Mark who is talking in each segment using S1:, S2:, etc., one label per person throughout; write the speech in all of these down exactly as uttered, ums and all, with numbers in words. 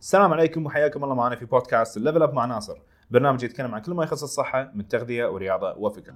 S1: السلام عليكم وحياكم الله معنا في بودكاست الليفل اب مع ناصر، برنامج يتكلم عن كل ما يخص الصحة من تغذية ورياضة وفكر.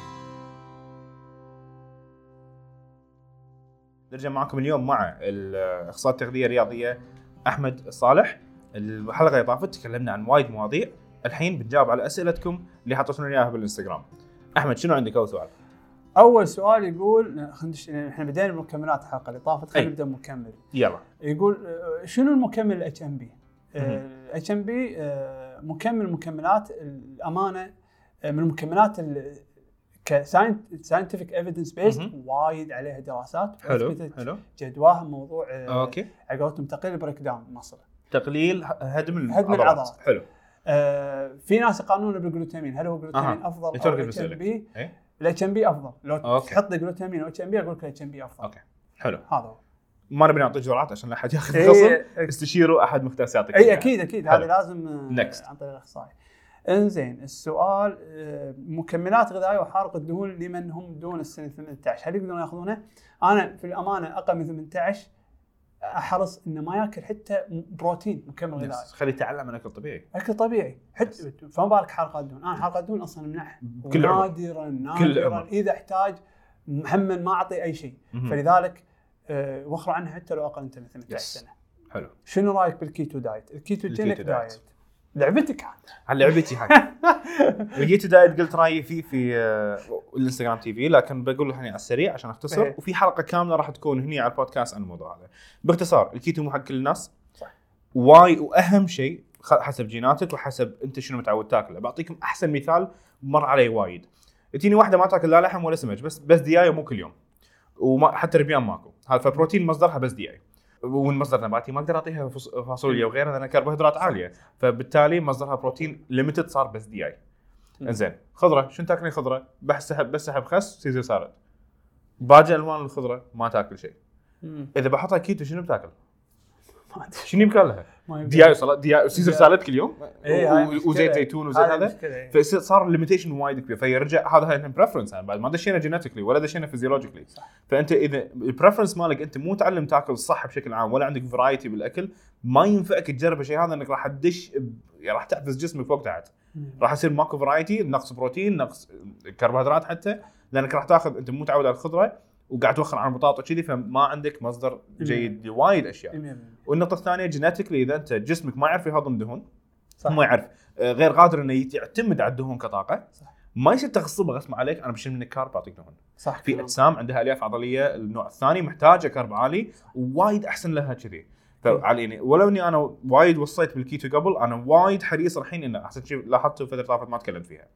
S1: نرجع معكم اليوم مع الاخصائي التغذية الرياضية أحمد الصالح. الحلقة اللي طافت تكلمنا عن وايد مواضيع، الحين بنجاوب على أسئلتكم اللي حطيتونا إياها بالإنستغرام. أحمد، شنو عندك أول سؤال؟
S2: أول سؤال يقول خلينا إحنا بدينا بمكملات الحلقة اللي طافت، خلينا نبدأ مكمل.
S1: يلا.
S2: يقول شنو المكمل اتش ام بي؟ اتش ام بي مكمل مكملات الأمانة من المكملات كساينتفك ايفيدنس بيست، وايد عليها دراسات
S1: حلو
S2: جدواها موضوع
S1: اوكي
S2: عقلتهم تقليل بريك داون مصر،
S1: تقليل هدم
S2: هدم العضلات.
S1: حلو.
S2: آه في ناس يقارنون بالجلوتامين، هل هو جلوتامين أه. افضل او الاتش ام بي؟ الاتش ام بي افضل. لو أوكي. تحط جلوتامين او اتش ام بي اقول لك الاتش ام بي افضل.
S1: اوكي حلو.
S2: هذا هو.
S1: ما نبي نعطي جرعات عشان لا احد ياخذ خصم، استشيروا احد مختص يعطيك.
S2: اي اكيد اكيد هذا لازم
S1: Next.
S2: عن طريق الاخصائي. انزين، السؤال مكملات غذائيه وحارق الدهون لمن هم دون السن ثمانية عشر، هل يقدرون ياخذونه؟ انا في الامانه اقل من ثمانية عشر احرص انه ما ياكل حتى بروتين مكمل غذائي،
S1: خليه يتعلم من اكل طبيعي.
S2: اكل طبيعي حتى فما بالك حرق الدهون. انا حرق الدهون اصلا منح نادرا نادرا اذا احتاج محمل ما اعطي اي شيء، فلذلك أه وخر عنها حتى لو اقل من ثمانية عشر سنه.
S1: حلو.
S2: شنو رايك بالكيتو دايت؟ الكيتوجينيك دايت لعبتك هذا.
S1: على لعبتي هاي. الكيتو دايت قلت رايي فيه في الانستغرام تي في، لكن بقول هني على السريع عشان اختصر.
S2: إيه.
S1: وفي حلقه كامله راح تكون هني على البودكاست عن الموضوع هذا. باختصار، الكيتو مو حق كل الناس.
S2: صح.
S1: واي واهم شيء حسب جيناتك وحسب انت شنو متعود تاكله. بعطيكم احسن مثال مر علي وايد. تجيني واحده ما تاكل لا لحم ولا سمك، بس بس دياي مو كل يوم، وحتى ربيان ماكو. هذا فبروتين مصدرها بس دياي، والمصدر نباتي ما اقدر اعطيها فاصوليا وغيرها لان كربوهيدرات عاليه، فبالتالي مصدرها بروتين ليميتد صار بس دياي. انزين، خضره، شنو تاكلين خضره؟ بس سحب بس سحب خس سيزر سالاد. باقي الوان الخضره ما تاكل شيء. اذا بحطها كيتو شنو بتاكل؟ شنو يبقى لها؟ دياي سلطه دياي سيزر سالاد كل يوم، وزيت زيتون وزيت هذا، فيصير صار الليميتيشن وايد كبير. فيرجع هذا هاي بريفرنس، يعني بعد ما دشينا جينيتيكلي ولا دشينا فيزيولوجيكلي. فانت اذا البريفرنس مالك انت مو تعلم تاكل صح بشكل عام ولا عندك فرايتي بالاكل، ما ينفعك تجرب الشيء هذا، انك راح تدش يعني راح تحفز جسمك فوق تحت، راح يصير ماكو فرايتي، نقص بروتين، نقص كربوهيدرات حتى، لانك راح تاخذ انت مو متعود على الخضره وقاعد توخر عن البطاطا كذي، فما عندك مصدر جيد لوايد اشياء. والنقطه الثانيه جينيتيكلي، اذا انت جسمك ما يعرف يهضم دهون، ما يعرف، غير قادر انه يعتمد على الدهون كطاقه، صح. ما يصير تغصبه غصب عليك انا بشيل منك كارب اعطيك دهون.
S2: صح.
S1: في اجسام عندها الياف عضليه النوع الثاني محتاجه كارب عالي ووايد احسن لها كذي. فعليني ولو اني انا وايد وصيت بالكيتو قبل، انا وايد حريص الحين انه احسن شيء لاحظته فتره طافت ما تكلمت فيها،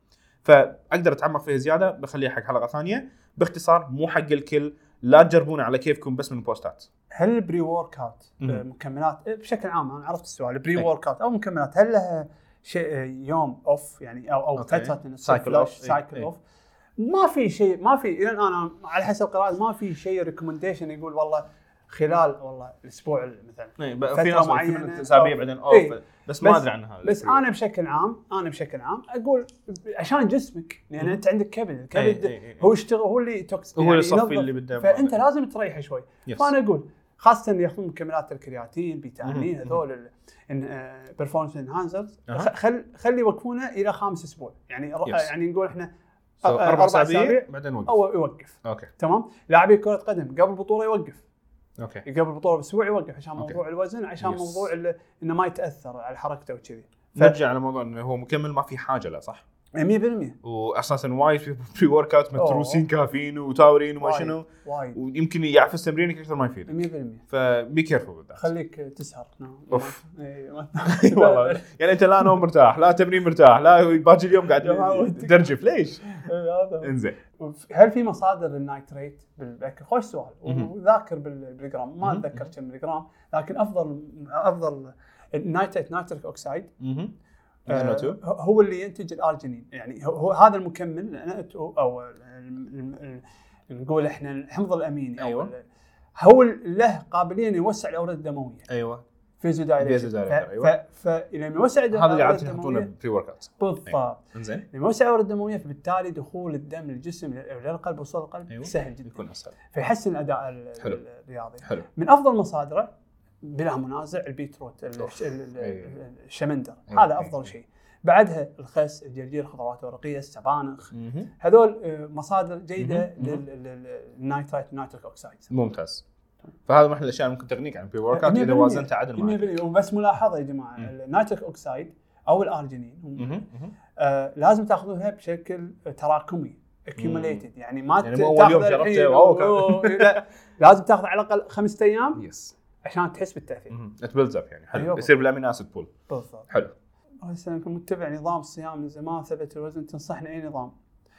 S1: فاقدر اتعمق فيها زياده، بخليها حق حلقه ثانيه. باختصار، مو حق الكل، لا تجربونه على كيفكم بس من البوستات.
S2: هل البري ورك اوت مكملات بشكل عام، انا عرفت السؤال، البري ورك اوت او مكملات هل لها شيء يوم اوف يعني او او فتره
S1: سايكل اوف
S2: سايكل اوف؟ ما في شيء، ما في الى انا على حسب قراءه ما في شيء ريكومنديشن يقول والله خلال والله الاسبوع مثلا
S1: في ناس معينه اسابيع بعدين اوف. ايه. بس ما ادري عنها.
S2: بس انا بشكل عام انا بشكل عام اقول عشان جسمك، لان يعني انت عندك كبد، الكبد ايه ايه ايه. هو يشتغل، هو اللي توكس،
S1: هو يعني اللي يصفي اللي بالدم،
S2: فانت لازم تريح شوي. فانا اقول خاصه اللي ياخذون مكملات الكرياتين بيتامين هذول ان بيرفورمانس انهانسرز، خل خلي يوقفونه الى خامس اسبوع، يعني yes. يعني نقول احنا
S1: so اربع اسابيع بعدين يوقف
S2: او يوقف.
S1: اوكي
S2: تمام. لاعبي كره قدم قبل البطوله يوقف،
S1: اوكي
S2: قبل البطوله باسبوع يوقف عشان
S1: أوكي.
S2: موضوع الوزن، عشان yes. موضوع انه ما يتاثر على حركته وكذي.
S1: نرجع على موضوع انه هو مكمل ما في حاجه له، صح
S2: مية بالمية.
S1: واساسا وايد في بري ورك اوت متروسين كافيين وتاورين وما شنو، ويمكن يعفس تمرينك اكثر ما يفيد.
S2: مية بالمية.
S1: فبي كيرفول بالذات،
S2: خليك تسهر.
S1: اوف والله يعني انت لا نوم مرتاح، لا تمرين مرتاح، لا باقي اليوم قاعد ترجف. ليش؟ انزين،
S2: هل في مصادر للنايتريت بالاكل؟ خوش سؤال، وذاكر بالجرام ما اتذكر كم ملغرام، لكن افضل افضل النايتريت نيتريك اوكسايد آه هو اللي ينتج الارجينين، يعني هو هذا المكمل او نقول احنا الحمض الاميني.
S1: أيوة.
S2: هو له قابليه يوسع الاوردة الدمويه.
S1: ايوه
S2: فيزودايليشن.
S1: ايوه.
S2: فلما يوسع
S1: هذا اللي عاده يحطونه في ورك اوت
S2: بالضبط.
S1: انزين،
S2: لما يوسع الاوردة الدمويه فبالتالي دخول الدم للجسم للقلب وصول القلب. أيوة. سهل جدا،
S1: يكون اسهل،
S2: فيحسن الاداء الرياضي.
S1: حلو.
S2: من افضل مصادره بلا منازع البيتروت
S1: أوف.
S2: الشمندر
S1: أي.
S2: هذا
S1: أي.
S2: افضل شيء. بعدها الخس، الجرجير، الخضروات الورقيه، السبانخ،
S1: مهم.
S2: هذول آه، مصادر جيده
S1: مهم.
S2: لل- لل- للنايتريت والنيتريك اوكسايد.
S1: ممتاز. فهذا من الاشياء ممكن تغنيك عن بري ورك اوت اذا وازنت عدل
S2: مية
S1: معك.
S2: بالمية. وبس ملاحظه يا جماعه،
S1: مم.
S2: النيتريك اوكسايد او الارجينين
S1: مهم. مهم.
S2: آه لازم تاخذوها بشكل تراكمي accumulated، يعني ما
S1: يعني مو أول يوم
S2: تاخذ
S1: شربته
S2: الحين
S1: وأوه كان-
S2: و- لا، لازم تاخذ على الاقل خمسة ايام
S1: يس.
S2: عشان تحس بالتاثير.
S1: ات بيلدز اب يعني حلو.
S2: أيوة.
S1: يصير بالامين اسيد بول.
S2: بالضبط.
S1: حلو.
S2: الله يسلمك، متبع نظام الصيام من زمان، ثبت الوزن، تنصحنا اي نظام؟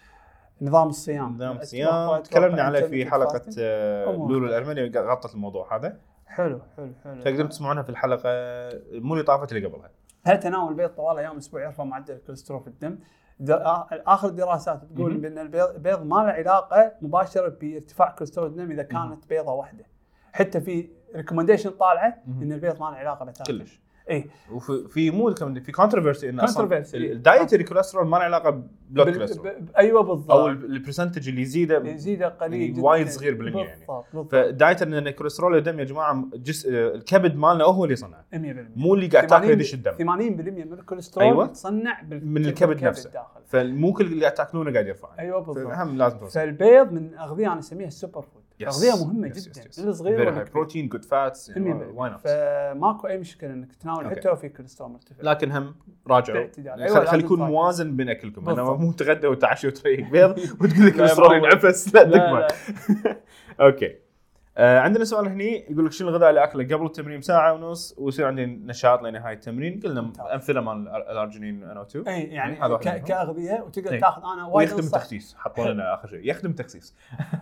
S2: نظام الصيام.
S1: نظام
S2: أتوقع-
S1: الصيام
S2: أتوقع
S1: تكلمنا عليه
S2: intermittent
S1: في حلقه
S2: fasting.
S1: آه،
S2: أمور.
S1: لولو الارمني غطت الموضوع هذا.
S2: حلو حلو حلو.
S1: تقدرون تسمعونها في الحلقه مو اللي طافت اللي قبلها.
S2: هل تناول البيض طوال ايام الاسبوع يرفع معدل الكوليسترول في الدم؟ در... اخر الدراسات تقول
S1: مهم.
S2: بان البيض البيض ما له علاقه مباشره بارتفاع كوليسترول الدم اذا كانت بيضه واحده. حتى في ريكومنديشن طالعه
S1: مهم.
S2: ان البيض ما له علاقه بتاتا.
S1: كلش.
S2: اي
S1: وفي في مو كمان في كونتروفيرسي ان اصلا
S2: Controversy.
S1: الدايتري كوليسترول ما له علاقه ببلود
S2: بال...
S1: كوليسترول
S2: ب... ايوه بالضبط.
S1: او البرسنتج اللي يزيده
S2: يزيد قليل
S1: يعني
S2: جدا.
S1: وايد صغير بالمية يعني.
S2: بالضبط بالضبط.
S1: فالدايت ان الكوليسترول الدم يا جماعه جس... الكبد مالنا هو اللي صنعه
S2: مية بالمية.
S1: مو اللي قاعد تاكله يدش الدم.
S2: ثمانين بالمية من الكوليسترول
S1: أيوة.
S2: يتصنع بال...
S1: من الكبد نفسه.
S2: داخل.
S1: فمو كل اللي قاعد تاكلونه قاعد يرفع.
S2: ايوه بالضبط.
S1: فهم لازم توصل.
S2: فالبيض من اغذيه انا اسميها السوبر فود.
S1: Yes.
S2: اغذيه مهمه
S1: Yes,
S2: جدا
S1: yes, yes.
S2: للصغير
S1: Very high
S2: والكبير.
S1: protein, good fats,
S2: مية
S1: يعني
S2: بالمية.
S1: why not؟
S2: فماكو اي مشكله انك تتناول
S1: أوكي.
S2: حتى لو في كوليسترول مرتفع.
S1: لكن هم راجعوا
S2: باعتدال.
S1: خل-
S2: أيوة،
S1: خلي
S2: لازم
S1: يكون
S2: تراجع.
S1: موازن بين اكلكم. انا
S2: بالضبط.
S1: مو تغدى وتعشى وتريق بيض وتقول لك
S2: لا،
S1: كوليسترول
S2: ما-
S1: ينعفس. لا
S2: لا،
S1: تكمل.
S2: لا.
S1: اوكي. آه عندنا سؤال هني يقول لك شنو الغذاء اللي اكله قبل التمرين بساعه ونص ويصير عندي نشاط لنهايه التمرين؟ قلنا
S2: ممتاز.
S1: امثله مال الارجينين ان او تو.
S2: اي يعني
S1: هذا واحد
S2: ك-
S1: منهم.
S2: كاغذيه وتقدر
S1: إيه.
S2: تاخذ انا وايد
S1: ويخدم
S2: أنصح.
S1: التخسيس. حطوا لنا اخر شيء يخدم التخسيس.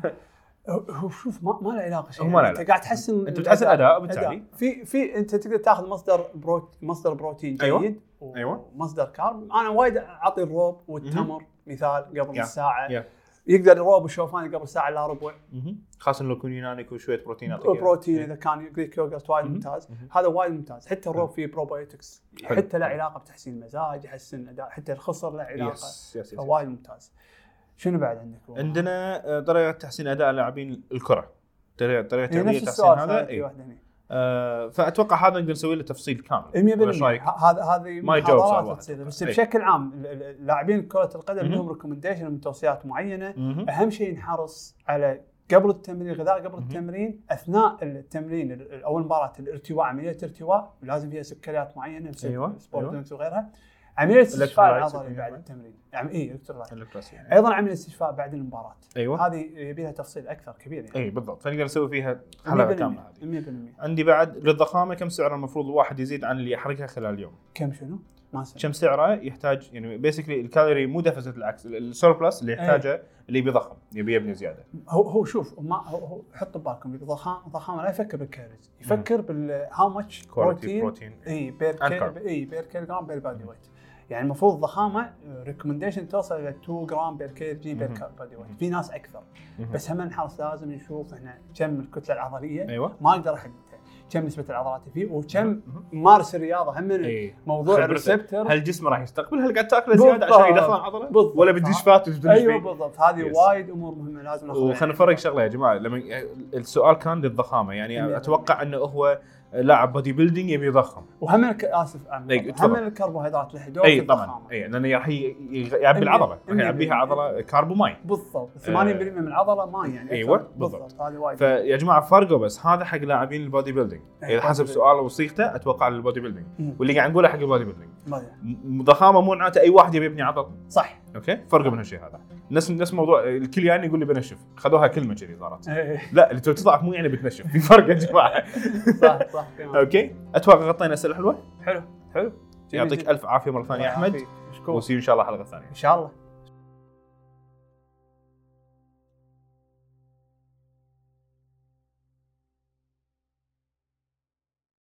S2: هو- هو شوف ما, ما له علاقه شيء.
S1: هو ما له
S2: انت
S1: علاقة.
S2: قاعد تحسن
S1: أنت بتحسن أداء وبالتالي.
S2: أداء. في في انت تقدر تاخذ مصدر بروت مصدر بروتين
S1: أيوة.
S2: جيد
S1: أيوة.
S2: ومصدر كارب. انا وايد اعطي الروب والتمر مثال قبل
S1: يا.
S2: الساعه.
S1: يا.
S2: يقدر الروب والشوفان قبل ساعه الا ربع.
S1: مهم. خاصه لو يكون يوناني يكون شويه بروتين يعطيك إياه.
S2: بروتين
S1: إيه.
S2: اذا كان جريك يوغرت وايد
S1: مهم.
S2: ممتاز.
S1: مهم.
S2: هذا وايد ممتاز. حتى الروب فيه بروبايوتكس
S1: حلو.
S2: حتى له علاقه بتحسين المزاج، يحسن اداء، حتى الخصر له علاقه.
S1: يس يس يس.
S2: فوايد ممتاز. شنو بعد عندك؟
S1: عندنا آه، طريقه تحسين اداء لاعبين الكره. طريقه طريقه
S2: هي
S1: تغذية
S2: نفس
S1: تحسين
S2: السؤال
S1: هذا.
S2: في
S1: إيه.
S2: واحدة هنا.
S1: آه، فاتوقع هذا نقدر نسوي له تفصيل كامل.
S2: مية
S1: ولا إيش
S2: بالمية.
S1: رايك؟
S2: ه- هذا هذه
S1: ما يجاوب سؤال
S2: محاضرات
S1: واحد.
S2: تصير بس
S1: إيه.
S2: بشكل عام ال- ال- اللاعبين كرة القدم
S1: مهم.
S2: لهم ريكومنديشن من توصيات معينة.
S1: مهم.
S2: اهم شيء نحرص على قبل التمرين غذاء قبل
S1: مهم.
S2: التمرين، اثناء التمرين ال- او المباراة الارتواء، عملية ارتواء لازم فيها سكريات معينة مثل
S1: أيوة.
S2: سبورت
S1: أيوة.
S2: درينكس وغيرها. عملية استشفاء
S1: Electrolytes
S2: العضلي
S1: يكون
S2: بعد
S1: يعني.
S2: التمرين يعني اي الكترولايت.
S1: الكلاسيك.
S2: ايضا عملية استشفاء بعد المباراة.
S1: ايوه.
S2: هذه يبي لها تفصيل اكثر كبير يعني.
S1: اي بالضبط. فنقدر نسوي فيها
S2: مية
S1: حلقه
S2: بالمية.
S1: كامله هذه.
S2: مية بالمية.
S1: عندي بعد للضخامه كم سعره المفروض الواحد يزيد عن اللي يحرقها خلال اليوم؟
S2: كم شنو؟ ما سمعت.
S1: كم سعره يحتاج يعني بيسكلي الكالوري مو ديفيسيت العكس السوربلس اللي يحتاجه اللي بيضخم يبي يبني زياده.
S2: هو هو شوف ما هو, هو حط ببالكم الضخامه الضخامه لا يفكر بالكالوريز، يفكر بال هاو ماتش
S1: كواليتي
S2: بروتين.
S1: بروتين.
S2: اي بير
S1: And
S2: كيل
S1: carb.
S2: اي بير كيل جرام بير بادي ويت. يعني المفروض الضخامه ريكومنديشن توصل الى اثنين جرام بير كيل جي بير
S1: مهم.
S2: بادي ويت. في ناس اكثر
S1: مهم.
S2: بس هم نحرص لازم نشوف احنا كم الكتله العضليه.
S1: ايوه.
S2: ما اقدر احددها كم نسبه العضلات اللي فيه وكم
S1: مهم.
S2: ممارس الرياضه هم من
S1: إيه.
S2: موضوع
S1: خبرته.
S2: الريسبتر.
S1: هل الجسم راح يستقبل هل قاعد تاكله زياده عشان
S2: بالضبط.
S1: يدخل عضله
S2: بالضبط.
S1: ولا بديش فات وتدش
S2: ايوه
S1: فيه؟
S2: بالضبط. هذه
S1: Yes.
S2: وايد امور مهمه لازم ناخذها.
S1: وخلينا نفرق شغله يا جماعه لما السؤال كان للضخامه يعني
S2: مية
S1: اتوقع انه هو لاعب بودي بيلدينج يبي يضخم.
S2: وهم الك... اسف
S1: إيه،
S2: هم
S1: تفضل.
S2: الكربوهيدرات له دور
S1: اي
S2: في
S1: طبعا
S2: الضخامة.
S1: اي لانه راح ي- يعبي العضله راح
S2: مية
S1: يعبيها
S2: بالمية.
S1: عضله كارب وماي.
S2: بالضبط. ثمانين بالمئة من العضله ماي يعني.
S1: أيوة،
S2: أكثر.
S1: بالضبط.
S2: بالضبط. هذه وايد.
S1: فيا جماعه فرقوا بس هذا حق لاعبين البودي بيلدينج
S2: إيه،
S1: اذا حسب
S2: body
S1: سؤاله وصيغته اتوقع للبودي بيلدينج
S2: مم.
S1: واللي قاعد نقوله حق البودي بيلدينج.
S2: ما أدري.
S1: م- ضخامه مو معناته اي واحد يبي يبني عضل.
S2: صح.
S1: اوكي فرقوا بين هالشيء هذا. نفس نفس موضوع الكل يعني يقول لي بنشف خذوها كلمه كذي صارت.
S2: إيه.
S1: لا اللي تبي تضعف مو يعني بتنشف في فرق يا جماعه.
S2: صح صح. تمام.
S1: اوكي اتوقع غطينا اسئله حلوه.
S2: حلو حلو.
S1: يعطيك الف عافيه مره ثانيه يا احمد
S2: مشكور.
S1: وسي ان شاء الله الحلقه الثانيه.
S2: ان شاء الله.